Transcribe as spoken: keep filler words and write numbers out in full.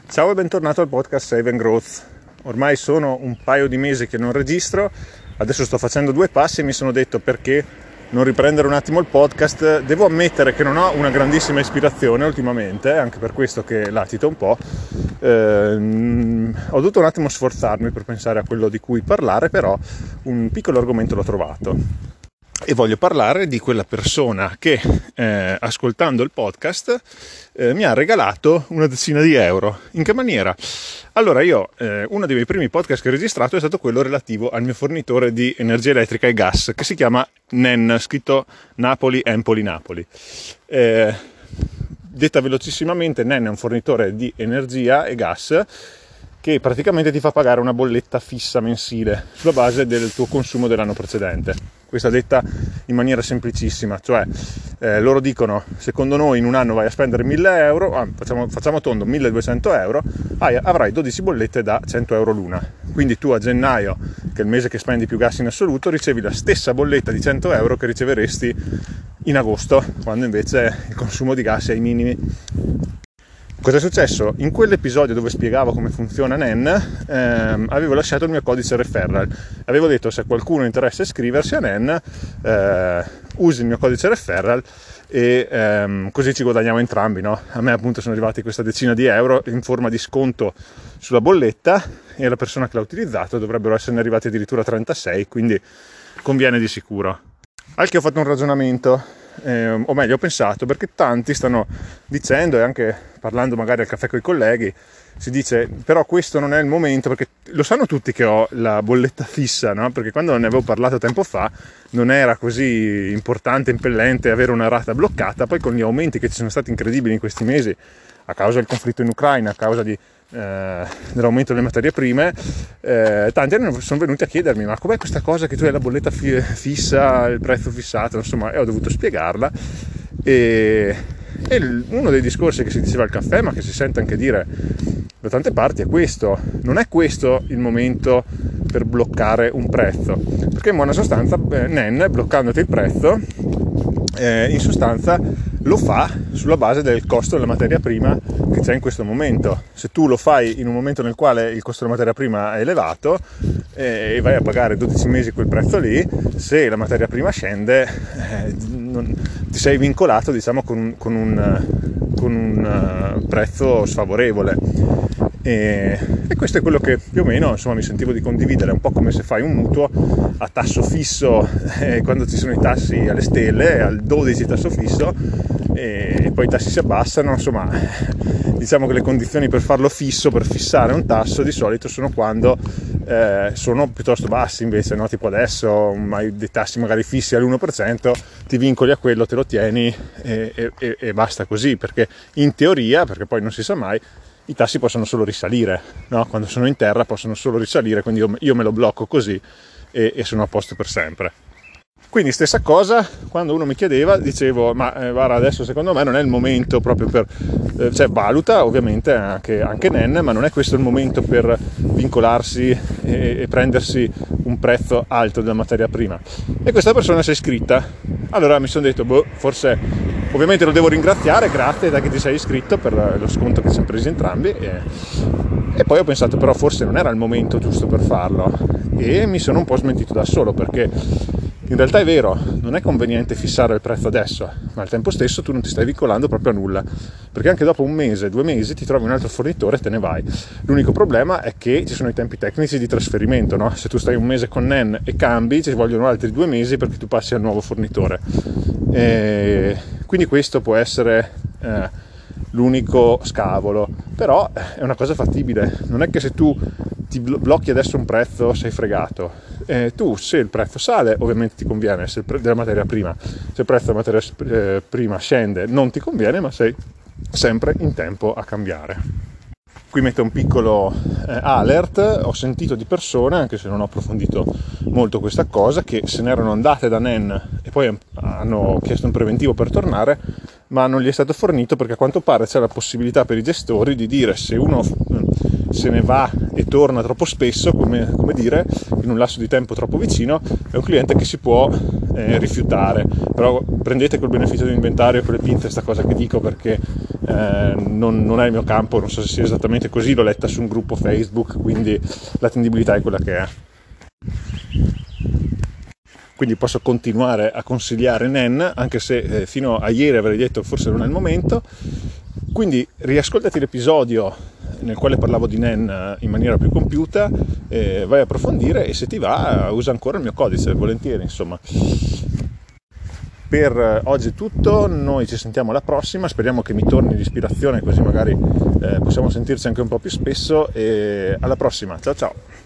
Ciao e bentornato al podcast Save and Growth. Ormai sono un paio di mesi che non registro, adesso sto facendo due passi e mi sono detto perché non riprendere un attimo il podcast. Devo ammettere che non ho una grandissima ispirazione ultimamente, anche per questo che latito un po'. Eh, ho dovuto un attimo sforzarmi per pensare a quello di cui parlare, però un piccolo argomento l'ho trovato. E voglio parlare di quella persona che eh, ascoltando il podcast eh, mi ha regalato una decina di euro. In che maniera? Allora io, eh, uno dei miei primi podcast che ho registrato è stato quello relativo al mio fornitore di energia elettrica e gas, che si chiama N E N, scritto Napoli, Empoli, Napoli. Eh, detta velocissimamente, N E N è un fornitore di energia e gas che praticamente ti fa pagare una bolletta fissa mensile sulla base del tuo consumo dell'anno precedente. Questa detta in maniera semplicissima, cioè eh, loro dicono: secondo noi in un anno vai a spendere mille euro, ah, facciamo, facciamo tondo milleduecento euro, ah, avrai dodici bollette da cento euro l'una. Quindi tu a gennaio, che è il mese che spendi più gas in assoluto, ricevi la stessa bolletta di cento euro che riceveresti in agosto, quando invece il consumo di gas è ai minimi. Cosa è successo? In quell'episodio dove spiegavo come funziona N E N, ehm, avevo lasciato il mio codice referral. Avevo detto: se a qualcuno interessa iscriversi a N E N, eh, usi il mio codice referral e ehm, così ci guadagniamo entrambi, no? A me appunto sono arrivati questa decina di euro in forma di sconto sulla bolletta e alla persona che l'ha utilizzato dovrebbero esserne arrivati addirittura trentasei, quindi conviene di sicuro. Al che ho fatto un ragionamento. Eh, o meglio ho pensato, perché tanti stanno dicendo, e anche parlando magari al caffè con i colleghi, si dice: però questo non è il momento, perché lo sanno tutti che ho la bolletta fissa, no? Perché quando ne avevo parlato tempo fa non era così importante, impellente avere una rata bloccata. Poi con gli aumenti che ci sono stati incredibili in questi mesi a causa del conflitto in Ucraina, a causa di Eh, dell'aumento delle materie prime, eh, tanti sono venuti a chiedermi: ma com'è questa cosa che tu hai la bolletta fi- fissa, il prezzo fissato? Insomma, e ho dovuto spiegarla. E, e il, uno dei discorsi che si diceva al caffè, ma che si sente anche dire da tante parti, è questo: non è questo il momento per bloccare un prezzo, perché in buona sostanza eh, N E N, bloccandoti il prezzo, eh, in sostanza lo fa sulla base del costo della materia prima che c'è in questo momento. Se tu lo fai in un momento nel quale il costo della materia prima è elevato eh, e vai a pagare dodici mesi quel prezzo lì, se la materia prima scende eh, non, ti sei vincolato, diciamo, con un, con un, con un uh, prezzo sfavorevole. E, e questo è quello che più o meno, insomma, mi sentivo di condividere, un po' come se fai un mutuo a tasso fisso eh, quando ci sono i tassi alle stelle, al dodici tasso fisso, e poi i tassi si abbassano. Insomma, diciamo che le condizioni per farlo fisso, per fissare un tasso, di solito sono quando eh, sono piuttosto bassi, invece, no? Tipo adesso hai dei tassi magari fissi all'uno per cento, ti vincoli a quello, te lo tieni e, e, e basta così, perché in teoria, perché poi non si sa mai, i tassi possono solo risalire, no? Quando sono in terra possono solo risalire, quindi io, io me lo blocco così e, e sono a posto per sempre. Quindi stessa cosa, quando uno mi chiedeva, dicevo: ma eh, guarda, adesso secondo me non è il momento proprio per, eh, cioè valuta ovviamente anche, anche N E N, ma non è questo il momento per vincolarsi e, e prendersi un prezzo alto della materia prima. E questa persona si è iscritta. Allora mi sono detto: boh, forse, ovviamente lo devo ringraziare, grazie da che ti sei iscritto per lo sconto che ci siamo presi entrambi. E, e poi ho pensato: però forse non era il momento giusto per farlo. E mi sono un po' smentito da solo, perché in realtà è vero, non è conveniente fissare il prezzo adesso, ma al tempo stesso tu non ti stai vincolando proprio a nulla, perché anche dopo un mese, due mesi ti trovi un altro fornitore e te ne vai. L'unico problema è che ci sono i tempi tecnici di trasferimento, no? Se tu stai un mese con N E N e cambi, ci vogliono altri due mesi perché tu passi al nuovo fornitore. E quindi questo può essere eh, l'unico scavolo, però è una cosa fattibile. Non è che se tu ti blocchi adesso un prezzo sei fregato. Eh, tu, se il prezzo sale, ovviamente ti conviene, se il pre- della materia prima, se il prezzo della materia eh, prima scende non ti conviene, ma sei sempre in tempo a cambiare. Qui metto un piccolo eh, alert: ho sentito di persone, anche se non ho approfondito molto questa cosa, che se ne erano andate da N E N e poi hanno chiesto un preventivo per tornare, ma non gli è stato fornito, perché a quanto pare c'è la possibilità per i gestori di dire: se uno se ne va e torna troppo spesso, come, come dire, in un lasso di tempo troppo vicino, è un cliente che si può eh, rifiutare. Però prendete col beneficio dell'inventario con le pinze questa cosa che dico, perché eh, non, non è il mio campo, non so se sia esattamente così, l'ho letta su un gruppo Facebook, quindi l'attendibilità è quella che è. Quindi posso continuare a consigliare Nen, anche se eh, fino a ieri avrei detto forse non è il momento. Quindi riascoltati l'episodio nel quale parlavo di Nen in maniera più compiuta, eh, vai a approfondire e se ti va usa ancora il mio codice, volentieri, insomma. Per oggi è tutto, noi ci sentiamo alla prossima, speriamo che mi torni l'ispirazione così magari eh, possiamo sentirci anche un po' più spesso e alla prossima, ciao ciao!